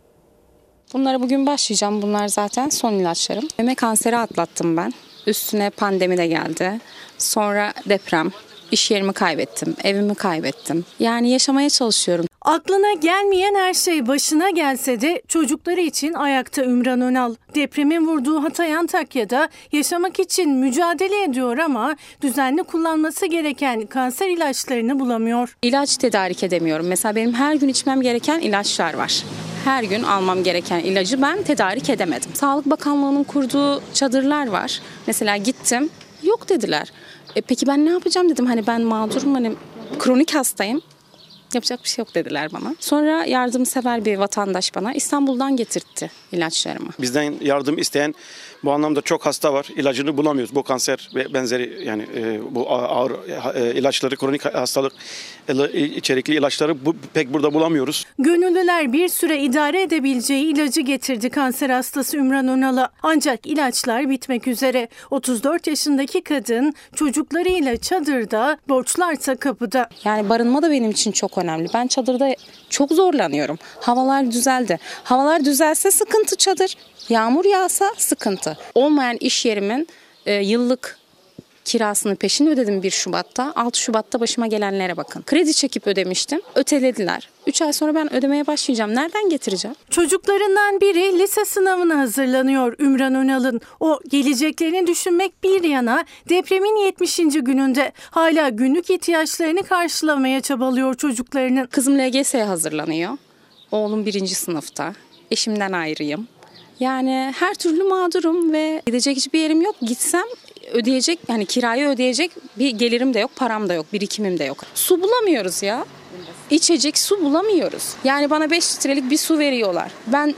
Bunlara bugün başlayacağım. Bunlar zaten son ilaçlarım. Meme kanseri atlattım ben. Üstüne pandemi de geldi. Sonra deprem. İş yerimi kaybettim, evimi kaybettim. Yani yaşamaya çalışıyorum. Aklına gelmeyen her şey başına gelse de çocukları için ayakta Ümran Önal. Depremin vurduğu Hatay Antakya'da yaşamak için mücadele ediyor ama düzenli kullanması gereken kanser ilaçlarını bulamıyor. İlaç tedarik edemiyorum. Mesela benim her gün içmem gereken ilaçlar var. Her gün almam gereken ilacı ben tedarik edemedim. Sağlık Bakanlığı'nın kurduğu çadırlar var. Mesela gittim, yok dediler. E peki ben ne yapacağım dedim. Hani ben mağdurum, hani kronik hastayım. Yapacak bir şey yok dediler bana. Sonra yardımsever bir vatandaş bana İstanbul'dan getirtti ilaçlarımı. Bizden yardım isteyen bu anlamda çok hasta var. İlacını bulamıyoruz. Bu kanser ve benzeri yani e, bu ağır e, ilaçları, kronik hastalık e, içerikli ilaçları bu, pek burada bulamıyoruz. Gönüllüler bir süre idare edebileceği ilacı getirdi kanser hastası Ümran Önal'a. Ancak ilaçlar bitmek üzere. otuz dört yaşındaki kadın çocuklarıyla çadırda, borçlarsa kapıda. Yani barınma da benim için çok önemli. Ben çadırda çok zorlanıyorum. Havalar düzeldi. Havalar düzelse sıkıntı çadır. Yağmur yağsa sıkıntı. Olmayan iş yerimin e, yıllık kirasını peşin ödedim bir Şubat'ta. altı Şubat'ta başıma gelenlere bakın. Kredi çekip ödemiştim. Ötelediler. üç ay sonra ben ödemeye başlayacağım. Nereden getireceğim? Çocuklarından biri lise sınavına hazırlanıyor Ümran Önal'ın. O geleceklerini düşünmek bir yana depremin yetmişinci gününde hala günlük ihtiyaçlarını karşılamaya çabalıyor çocuklarının. Kızım L G S'ye hazırlanıyor. Oğlum birinci sınıfta. Eşimden ayrıyım. Yani her türlü mağdurum ve gidecek hiçbir yerim yok. Gitsem ödeyecek, hani kirayı ödeyecek bir gelirim de yok, param da yok, birikimim de yok. Su bulamıyoruz ya. İçecek su bulamıyoruz. Yani bana beş litrelik bir su veriyorlar. Ben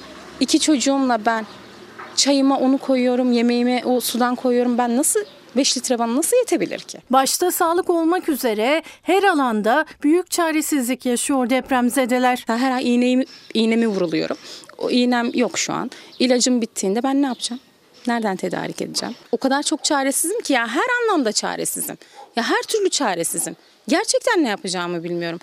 iki çocuğumla ben çayıma onu koyuyorum, yemeğime o sudan koyuyorum. Ben nasıl beş litre bana nasıl yetebilir ki? Başta sağlık olmak üzere her alanda büyük çaresizlik yaşıyor depremzedeler. Her ay iğnemi, iğnemi vuruluyorum. O iğnem yok şu an. İlacım bittiğinde ben ne yapacağım? Nereden tedarik edeceğim? O kadar çok çaresizim ki ya, her anlamda çaresizim. Ya her türlü çaresizim. Gerçekten ne yapacağımı bilmiyorum.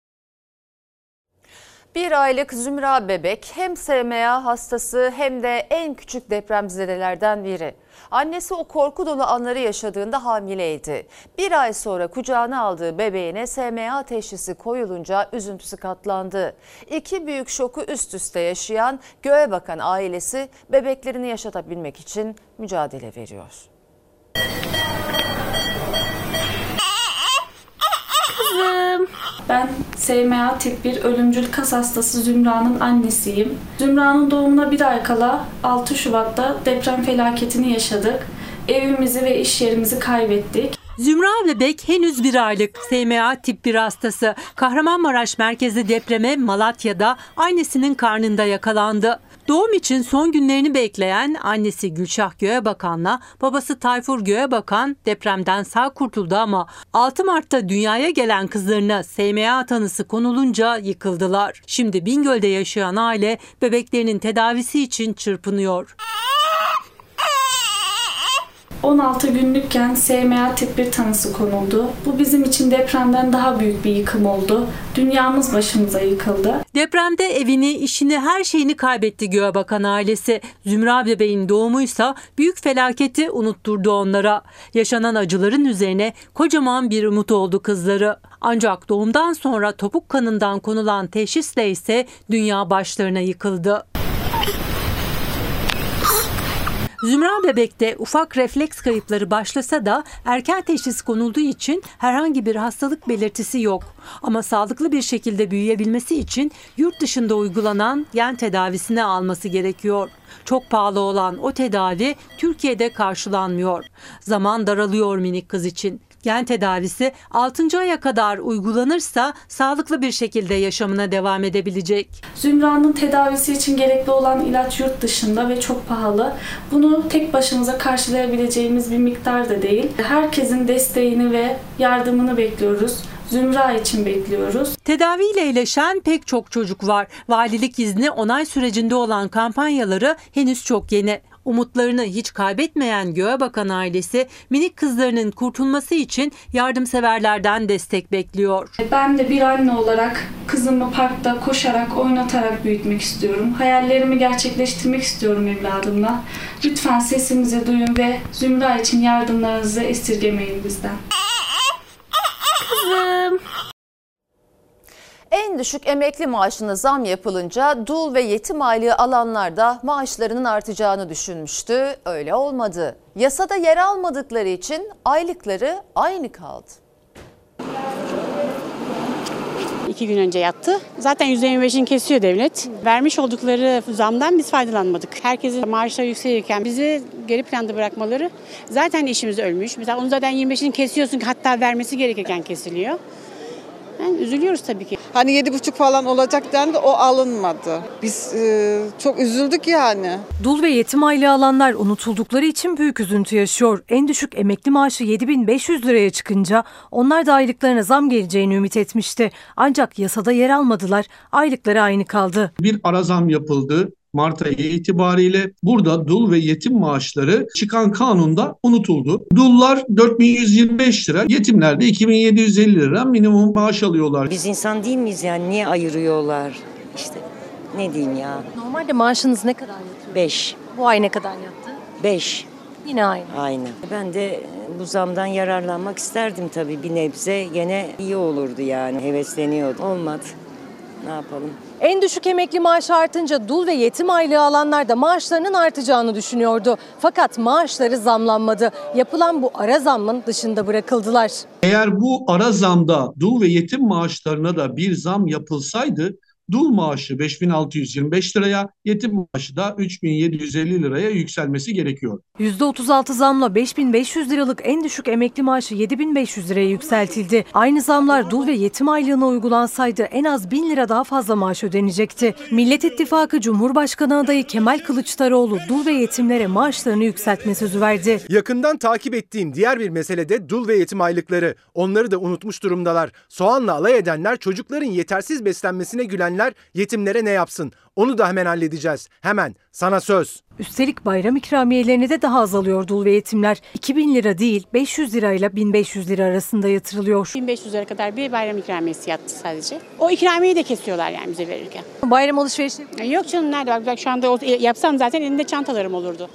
Bir aylık Zümra bebek hem S M A hastası hem de en küçük depremzedelerden biri. Annesi o korku dolu anları yaşadığında hamileydi. Bir ay sonra kucağına aldığı bebeğine S M A teşhisi koyulunca üzüntüsü katlandı. İki büyük şoku üst üste yaşayan göğe bakan ailesi bebeklerini yaşatabilmek için mücadele veriyor. Kızım. Ben S M A tip bir ölümcül kas hastası Zümra'nın annesiyim. Zümra'nın doğumuna bir ay kala altı Şubat'ta deprem felaketini yaşadık. Evimizi ve iş yerimizi kaybettik. Zümra bebek henüz bir aylık, S M A tip bir hastası. Kahramanmaraş merkezli depreme Malatya'da annesinin karnında yakalandı. Doğum için son günlerini bekleyen annesi Gülşah Göğebakan'la babası Tayfur Göğebakan depremden sağ kurtuldu ama altı Mart'ta dünyaya gelen kızlarına S M A tanısı konulunca yıkıldılar. Şimdi Bingöl'de yaşayan aile bebeklerinin tedavisi için çırpınıyor. on altı günlükken S M A tip bir tanısı konuldu. Bu bizim için depremden daha büyük bir yıkım oldu. Dünyamız başımıza yıkıldı. Depremde evini, işini, her şeyini kaybetti Göğebakan ailesi. Zümra bebeğin doğumuysa büyük felaketi unutturdu onlara. Yaşanan acıların üzerine kocaman bir umut oldu kızları. Ancak doğumdan sonra topuk kanından konulan teşhisle ise dünya başlarına yıkıldı. Zümra bebekte ufak refleks kayıpları başlasa da erken teşhis konulduğu için herhangi bir hastalık belirtisi yok. Ama sağlıklı bir şekilde büyüyebilmesi için yurt dışında uygulanan gen tedavisini alması gerekiyor. Çok pahalı olan o tedavi Türkiye'de karşılanmıyor. Zaman daralıyor minik kız için. Gen tedavisi altıncı aya kadar uygulanırsa sağlıklı bir şekilde yaşamına devam edebilecek. Zümra'nın tedavisi için gerekli olan ilaç yurt dışında ve çok pahalı. Bunu tek başımıza karşılayabileceğimiz bir miktar da değil. Herkesin desteğini ve yardımını bekliyoruz. Zümra için bekliyoruz. Tedaviyle iyileşen pek çok çocuk var. Valilik izni onay sürecinde olan kampanyaları henüz çok yeni. Umutlarını hiç kaybetmeyen Göğebakan ailesi minik kızlarının kurtulması için yardımseverlerden destek bekliyor. Ben de bir anne olarak kızımı parkta koşarak, oynatarak büyütmek istiyorum. Hayallerimi gerçekleştirmek istiyorum evladımla. Lütfen sesimizi duyun ve Zümra için yardımlarınızı esirgemeyin bizden. Kızım. En düşük emekli maaşına zam yapılınca dul ve yetim aylığı alanlar da maaşlarının artacağını düşünmüştü. Öyle olmadı. Yasada yer almadıkları için aylıkları aynı kaldı. İki gün önce yattı. Zaten yüzde yirmi beşini kesiyor devlet. Vermiş oldukları zamdan biz faydalanmadık. Herkesin maaşları yükselirken bizi geri planda bırakmaları, zaten işimiz ölmüş. Mesela onu zaten yirmi beşini kesiyorsun ki hatta vermesi gerekirken kesiliyor. Yani üzülüyoruz tabii ki. Hani yedi buçuk falan olacak dendi, o alınmadı. Biz e, çok üzüldük yani. Dul ve yetim aylığı alanlar unutuldukları için büyük üzüntü yaşıyor. En düşük emekli maaşı yedi bin beş yüz liraya çıkınca onlar da aylıklarına zam geleceğini ümit etmişti. Ancak yasada yer almadılar, aylıkları aynı kaldı. Bir ara zam yapıldı. Mart ayı itibariyle burada dul ve yetim maaşları çıkan kanunda unutuldu. Dullar dört bin yüz yirmi beş lira, yetimler de iki bin yedi yüz elli lira minimum maaş alıyorlar. Biz insan değil miyiz yani? Niye ayırıyorlar? İşte ne diyeyim ya? Normalde maaşınız ne kadar yatıyor? beş. Bu ay ne kadar yattı? beş. Yine aynı. Aynı. Ben de bu zamdan yararlanmak isterdim tabii, bir nebze. Gene iyi olurdu yani. Hevesleniyordum. Olmadı. Ne yapalım? En düşük emekli maaşı artınca dul ve yetim aylığı alanlar da maaşlarının artacağını düşünüyordu. Fakat maaşları zamlanmadı. Yapılan bu ara zammın dışında bırakıldılar. Eğer bu ara zamda dul ve yetim maaşlarına da bir zam yapılsaydı, dul maaşı beş bin altı yüz yirmi beş liraya, yetim maaşı da üç bin yedi yüz elli liraya yükselmesi gerekiyor. yüzde otuz altı zamla beş bin beş yüz liralık en düşük emekli maaşı yedi bin beş yüz liraya yükseltildi. Aynı zamlar dul ve yetim aylığına uygulansaydı en az bin lira daha fazla maaş ödenecekti. Millet İttifakı Cumhurbaşkanı adayı Kemal Kılıçdaroğlu dul ve yetimlere maaşlarını yükseltme sözü verdi. Yakından takip ettiğim diğer bir mesele de dul ve yetim aylıkları. Onları da unutmuş durumdalar. Soğanla alay edenler, çocukların yetersiz beslenmesine gülenler yetimlere ne yapsın? Onu da hemen halledeceğiz. Hemen. Sana söz. Üstelik bayram ikramiyelerini de daha az alıyor dul ve yetimler. iki bin lira değil beş yüz lirayla bin beş yüz lira arasında yatırılıyor. bin beş yüz lira kadar bir bayram ikramiyesi yattı sadece. O ikramiyeyi de kesiyorlar yani bize verirken. Bayram alışverişi? Yok canım, nerede? Bak, bak şu anda yapsam zaten elinde çantalarım olurdu.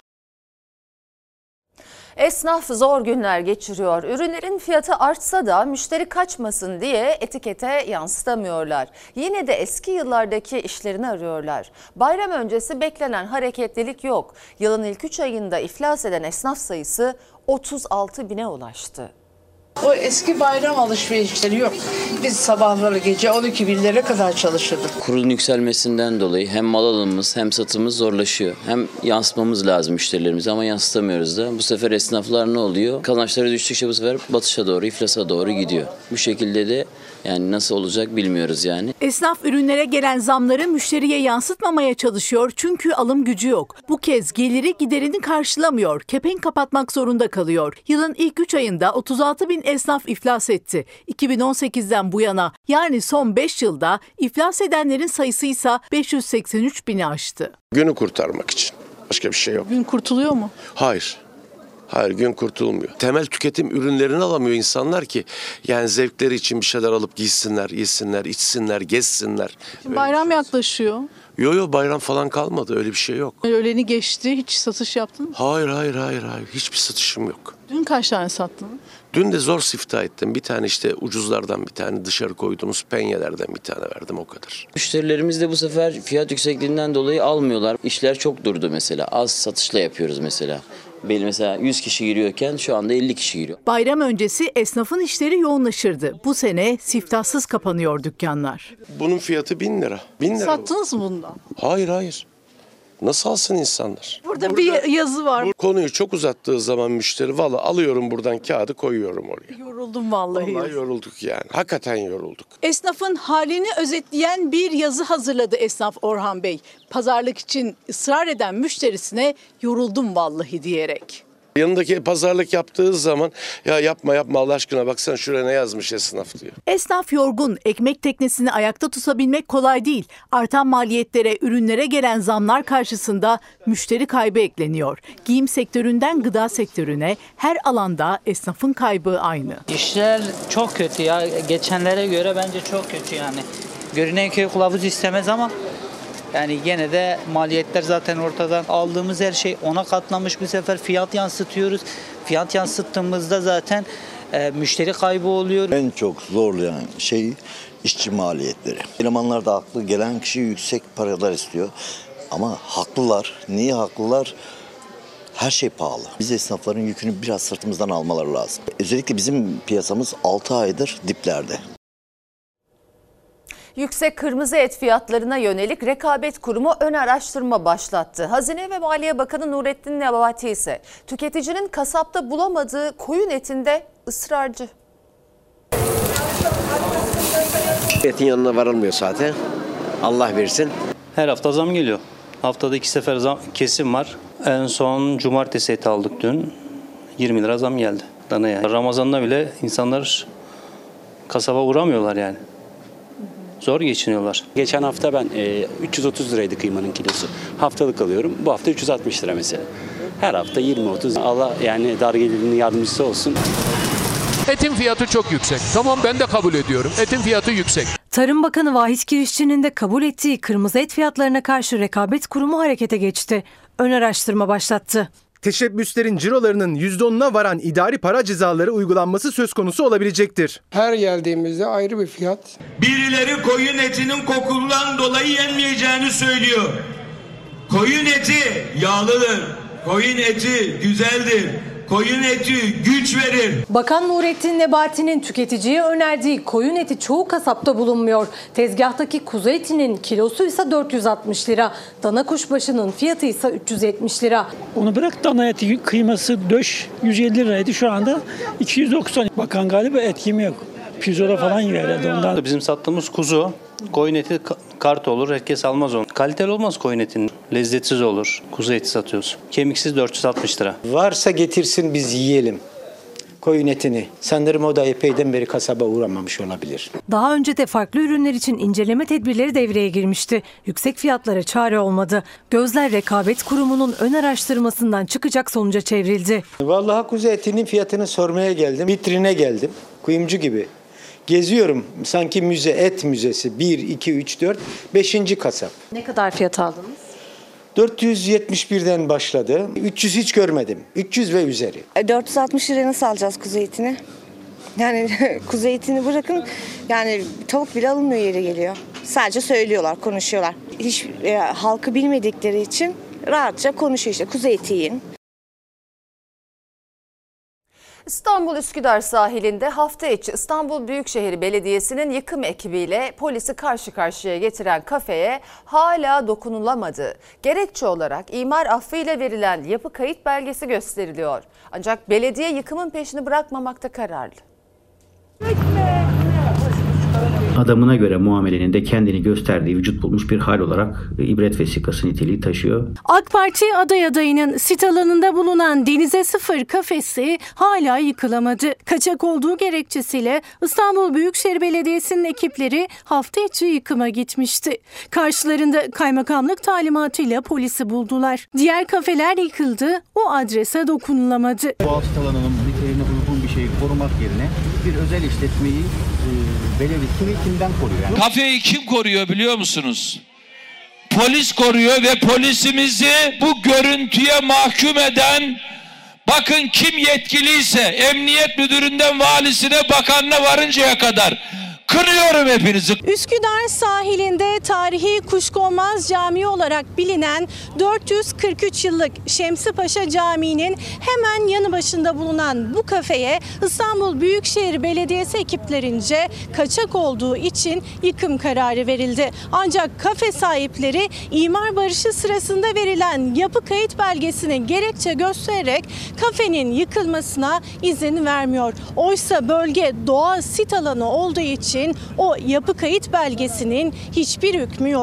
Esnaf zor günler geçiriyor. Ürünlerin fiyatı artsa da müşteri kaçmasın diye etikete yansıtamıyorlar. Yine de eski yıllardaki işlerini arıyorlar. Bayram öncesi beklenen hareketlilik yok. Yılın ilk üç ayında iflas eden esnaf sayısı otuz altı bine ulaştı. O eski bayram alışverişleri yok. Biz sabahları gece on iki binlere kadar çalışırdık. Kurun yükselmesinden dolayı hem mal alımımız hem satımımız zorlaşıyor. Hem yansıtmamız lazım müşterilerimize ama yansıtamıyoruz da. Bu sefer esnaflar ne oluyor? Kazançları düştükçe bu sefer batışa doğru, iflasa doğru gidiyor. Bu şekilde de yani nasıl olacak bilmiyoruz yani. Esnaf ürünlere gelen zamları müşteriye yansıtmamaya çalışıyor çünkü alım gücü yok. Bu kez geliri giderini karşılamıyor. Kepenk kapatmak zorunda kalıyor. Yılın ilk üç ayında otuz altı bin esnaf iflas etti. iki bin on sekizden bu yana yani son beş yılda iflas edenlerin sayısı ise beş yüz seksen üç bini aştı. Günü kurtarmak için. Başka bir şey yok. Gün kurtuluyor mu? Hayır. Hayır, gün kurtulmuyor. Temel tüketim ürünlerini alamıyor insanlar ki. Yani zevkleri için bir şeyler alıp giysinler, yesinler, içsinler, gezsinler. Şimdi bayram şey yaklaşıyor. Yo yo bayram falan kalmadı, öyle bir şey yok. Öğleni geçti, hiç satış yaptın mı? Hayır hayır hayır hayır hiçbir satışım yok. Dün kaç tane sattın? Dün de zor siftah ettim. Bir tane işte ucuzlardan bir tane, dışarı koyduğumuz penyelerden bir tane verdim, o kadar. Müşterilerimiz de bu sefer fiyat yüksekliğinden dolayı almıyorlar. İşler çok durdu mesela. Az satışla yapıyoruz mesela. Benim mesela yüz kişi giriyorken şu anda elli kişi giriyor. Bayram öncesi esnafın işleri yoğunlaşırdı. Bu sene siftahsız kapanıyor dükkanlar. Bunun fiyatı bin lira. Bin lira. Sattınız mı bundan? Hayır hayır. Nasıl alsın insanlar? Burada, Burada bir yazı var. Bu konuyu çok uzattığı zaman müşteri valla alıyorum buradan kağıdı koyuyorum oraya. Yoruldum vallahi. Vallahi yorulduk yani. Hakikaten yorulduk. Esnafın halini özetleyen bir yazı hazırladı esnaf Orhan Bey. Pazarlık için ısrar eden müşterisine yoruldum vallahi diyerek. Yanındaki pazarlık yaptığı zaman ya yapma yapma Allah aşkına baksana şuraya ne yazmış esnaf diyor. Esnaf yorgun, ekmek teknesini ayakta tutabilmek kolay değil. Artan maliyetlere, ürünlere gelen zamlar karşısında müşteri kaybı ekleniyor. Giyim sektöründen gıda sektörüne her alanda esnafın kaybı aynı. İşler çok kötü ya. Geçenlere göre bence çok kötü yani. Görünen köy kılavuz istemez ama yani gene de maliyetler zaten ortadan. Aldığımız her şey ona katlanmış, bu sefer fiyat yansıtıyoruz. Fiyat yansıttığımızda zaten e, müşteri kaybı oluyor. En çok zorlayan şey işçi maliyetleri. Elemanlar da haklı, gelen kişi yüksek paralar istiyor. Ama haklılar. Niye haklılar? Her şey pahalı. Biz esnafların yükünü biraz sırtımızdan almaları lazım. Özellikle bizim piyasamız altı aydır diplerde. Yüksek kırmızı et fiyatlarına yönelik Rekabet Kurumu ön araştırma başlattı. Hazine ve Maliye Bakanı Nurettin Nebati ise tüketicinin kasapta bulamadığı koyun etinde ısrarcı. Etin yanına varılmıyor zaten. Allah versin. Her hafta zam geliyor. Haftada iki sefer zam, kesim var. En son cumartesi eti aldık dün. yirmi lira zam geldi danaya. Ramazan'da bile insanlar kasaba uğramıyorlar yani. Zor geçiniyorlar. Geçen hafta ben e, üç yüz otuz liraydı kıymanın kilosu. Haftalık alıyorum. Bu hafta üç yüz altmış lira mesela. Her hafta yirmi otuz. Allah yani dar gelirinin yardımcısı olsun. Etin fiyatı çok yüksek. Tamam ben de kabul ediyorum. Etin fiyatı yüksek. Tarım Bakanı Vahit Kirişçi'nin de kabul ettiği kırmızı et fiyatlarına karşı Rekabet Kurumu harekete geçti. Ön araştırma başlattı. Teşebbüslerin cirolarının yüzde onuna varan idari para cezaları uygulanması söz konusu olabilecektir. Her geldiğimizde ayrı bir fiyat. Birileri koyun etinin kokundan dolayı yenmeyeceğini söylüyor. Koyun eti yağlıdır. Koyun eti güzeldir. Koyun eti güç verir. Bakan Nurettin Nebati'nin tüketiciye önerdiği koyun eti çoğu kasapta bulunmuyor. Tezgahtaki kuzu etinin kilosu ise dört yüz altmış lira. Dana kuşbaşının fiyatı ise üç yüz yetmiş lira. Onu bırak, dana eti kıyması döş yüz elli liraydı, şu anda iki yüz doksan. Bakan galiba et yemiyor. Pirzola falan yiyor herhalde ondan. Bizim sattığımız kuzu, koyun eti kart olur, herkes almaz onu. Kaliteli olmaz koyun etinin, lezzetsiz olur. Kuzu eti satıyoruz. Kemiksiz dört yüz altmış lira. Varsa getirsin biz yiyelim koyun etini. Sanırım o da epeyden beri kasaba uğramamış olabilir. Daha önce de farklı ürünler için inceleme tedbirleri devreye girmişti. Yüksek fiyatlara çare olmadı. Gözler Rekabet Kurumu'nun ön araştırmasından çıkacak sonuca çevrildi. Vallahi kuzu etinin fiyatını sormaya geldim. Vitrine geldim. Kuyumcu gibi. Geziyorum. Sanki müze, et müzesi. bir, iki, üç, dört, beşinci kasap. Ne kadar fiyat aldınız? dört yüz yetmiş birden başladı. üç yüz hiç görmedim. üç yüz ve üzeri. dört yüz altmış liraya nasıl alacağız kuzu etini? Yani kuzu etini bırakın, yani tavuk bile alınmıyor, yeri geliyor. Sadece söylüyorlar, konuşuyorlar. Hiç e, halkı bilmedikleri için rahatça konuşuyor işte, kuzu eti yiyin. İstanbul Üsküdar sahilinde hafta içi İstanbul Büyükşehir Belediyesi'nin yıkım ekibiyle polisi karşı karşıya getiren kafeye hala dokunulamadı. Gerekçe olarak imar affıyla verilen yapı kayıt belgesi gösteriliyor. Ancak belediye yıkımın peşini bırakmamakta kararlı. Adamına göre muamelenin de kendini gösterdiği, vücut bulmuş bir hal olarak ibret vesikası niteliği taşıyor. AK Parti aday adayının sit alanında bulunan Denize Sıfır kafesi hala yıkılamadı. Kaçak olduğu gerekçesiyle İstanbul Büyükşehir Belediyesi'nin ekipleri hafta içi yıkıma gitmişti. Karşılarında kaymakamlık talimatıyla polisi buldular. Diğer kafeler yıkıldı, o adrese dokunulamadı. Doğal sit alanının niteliğine uygun bir şeyi korumak yerine bir özel işletmeyi belediye kimi kimden koruyor? Yani? Kafeyi kim koruyor biliyor musunuz? Polis koruyor ve polisimizi bu görüntüye mahkum eden, bakın kim yetkiliyse emniyet müdüründen valisine, bakanına varıncaya kadar kınıyorum hepinizi. Üsküdar sahilinde tarihi Kuşkonmaz Camii olarak bilinen dört yüz kırk üç yıllık Şemsi Paşa Camii'nin hemen yanı başında bulunan bu kafeye İstanbul Büyükşehir Belediyesi ekiplerince kaçak olduğu için yıkım kararı verildi. Ancak kafe sahipleri imar barışı sırasında verilen yapı kayıt belgesini gerekçe göstererek kafenin yıkılmasına izin vermiyor. Oysa bölge doğal sit alanı olduğu için o yapı kayıt belgesinin hiçbir hükmü yok.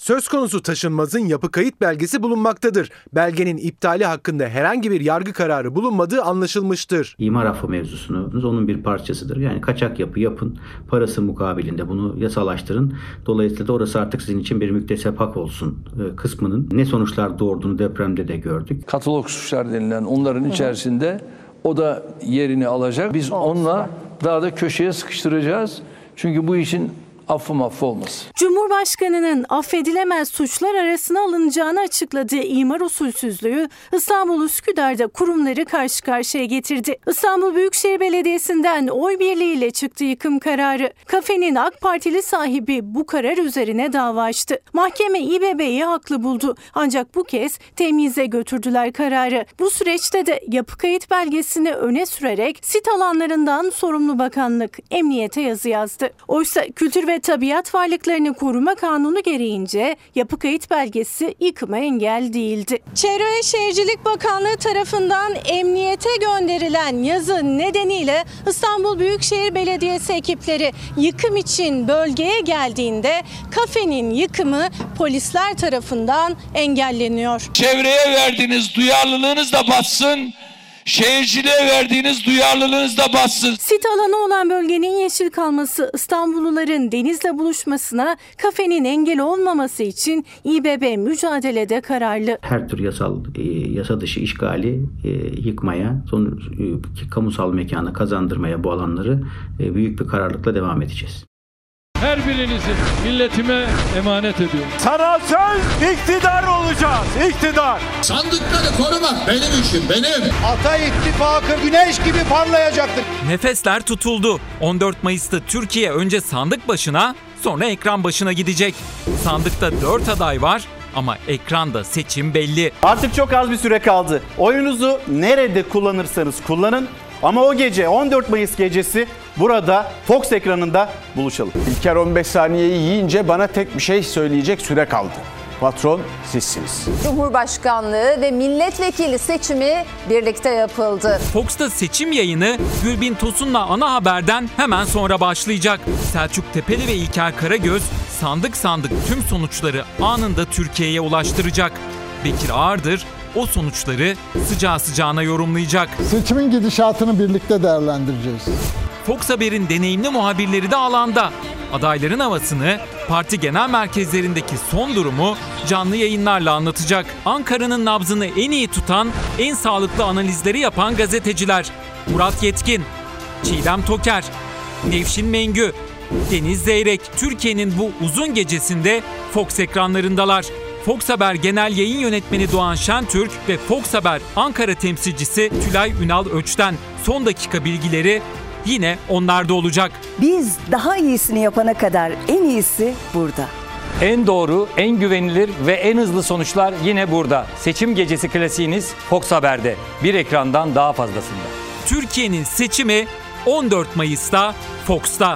Söz konusu taşınmazın yapı kayıt belgesi bulunmaktadır. Belgenin iptali hakkında herhangi bir yargı kararı bulunmadığı anlaşılmıştır. İmar affı mevzusunuz onun bir parçasıdır. Yani kaçak yapı yapın, parası mukabilinde bunu yasalaştırın. Dolayısıyla da orası artık sizin için bir müktesep hak olsun kısmının ne sonuçlar doğurduğunu depremde de gördük. Katalog suçlar denilen onların içerisinde o da yerini alacak. Biz onunla daha da köşeye sıkıştıracağız. Çünkü bu işin affı maffı olmaz. Cumhurbaşkanının affedilemez suçlar arasına alınacağını açıkladığı imar usulsüzlüğü İstanbul Üsküdar'da kurumları karşı karşıya getirdi. İstanbul Büyükşehir Belediyesi'nden oy birliğiyle çıktı yıkım kararı. Kafenin AK Partili sahibi bu karar üzerine dava açtı. Mahkeme İBB'yi haklı buldu. Ancak bu kez temyize götürdüler kararı. Bu süreçte de yapı kayıt belgesini öne sürerek sit alanlarından sorumlu bakanlık emniyete yazı yazdı. Oysa Kültür ve Tabiat Varlıklarını Koruma Kanunu gereğince yapı kayıt belgesi yıkıma engel değildi. Çevre ve Şehircilik Bakanlığı tarafından emniyete gönderilen yazı nedeniyle İstanbul Büyükşehir Belediyesi ekipleri yıkım için bölgeye geldiğinde kafenin yıkımı polisler tarafından engelleniyor. Çevreye verdiğiniz duyarlılığınız da batsın. Şehirciliğe verdiğiniz duyarlılığınız da bassın. Sit alanı olan bölgenin yeşil kalması, İstanbulluların denizle buluşmasına kafenin engel olmaması için İBB mücadelede kararlı. Her tür yasal e, yasa dışı işgali e, yıkmaya, son e, kamusal mekana kazandırmaya bu alanları e, büyük bir kararlılıkla devam edeceğiz. Her birinizi milletime emanet ediyorum. Sana söz iktidar olacağız, iktidar. Sandıkları korumak benim işim, benim. Ata İttifakı güneş gibi parlayacaktır. Nefesler tutuldu. on dört Mayıs'ta Türkiye önce sandık başına, sonra ekran başına gidecek. Sandıkta dört aday var ama ekranda seçim belli. Artık çok az bir süre kaldı. Oyunuzu nerede kullanırsanız kullanın. Ama o gece on dört Mayıs gecesi burada Fox ekranında buluşalım. İlker on beş saniyeyi yiyince bana tek bir şey söyleyecek süre kaldı. Patron sizsiniz. Cumhurbaşkanlığı ve milletvekili seçimi birlikte yapıldı. Fox'ta seçim yayını Gülbin Tosun'la ana haberden hemen sonra başlayacak. Selçuk Tepeli ve İlker Karagöz sandık sandık tüm sonuçları anında Türkiye'ye ulaştıracak. Bekir Ağırdır o sonuçları sıcağı sıcağına yorumlayacak. Seçimin gidişatını birlikte değerlendireceğiz. Fox Haber'in deneyimli muhabirleri de alanda. Adayların havasını, parti genel merkezlerindeki son durumu canlı yayınlarla anlatacak. Ankara'nın nabzını en iyi tutan, en sağlıklı analizleri yapan gazeteciler. Murat Yetkin, Çiğdem Toker, Nevşin Mengü, Deniz Zeyrek, Türkiye'nin bu uzun gecesinde Fox ekranlarındalar. Fox Haber Genel Yayın Yönetmeni Doğan Şentürk ve Fox Haber Ankara temsilcisi Tülay Ünal Öç'ten son dakika bilgileri yine onlarda olacak. Biz daha iyisini yapana kadar en iyisi burada. En doğru, en güvenilir ve en hızlı sonuçlar yine burada. Seçim gecesi klasiğiniz Fox Haber'de. Bir ekrandan daha fazlasında. Türkiye'nin seçimi on dört Mayıs'ta Fox'ta.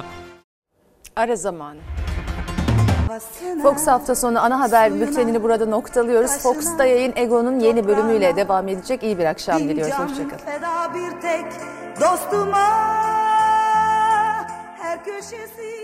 Ara zamanı. Fox hafta sonu ana haber bültenini burada noktalıyoruz. Fox'ta yayın Ego'nun yeni bölümüyle devam edecek. İyi bir akşam diliyoruz. Hoşçakalın. Feda bir tek dostuma her köşesi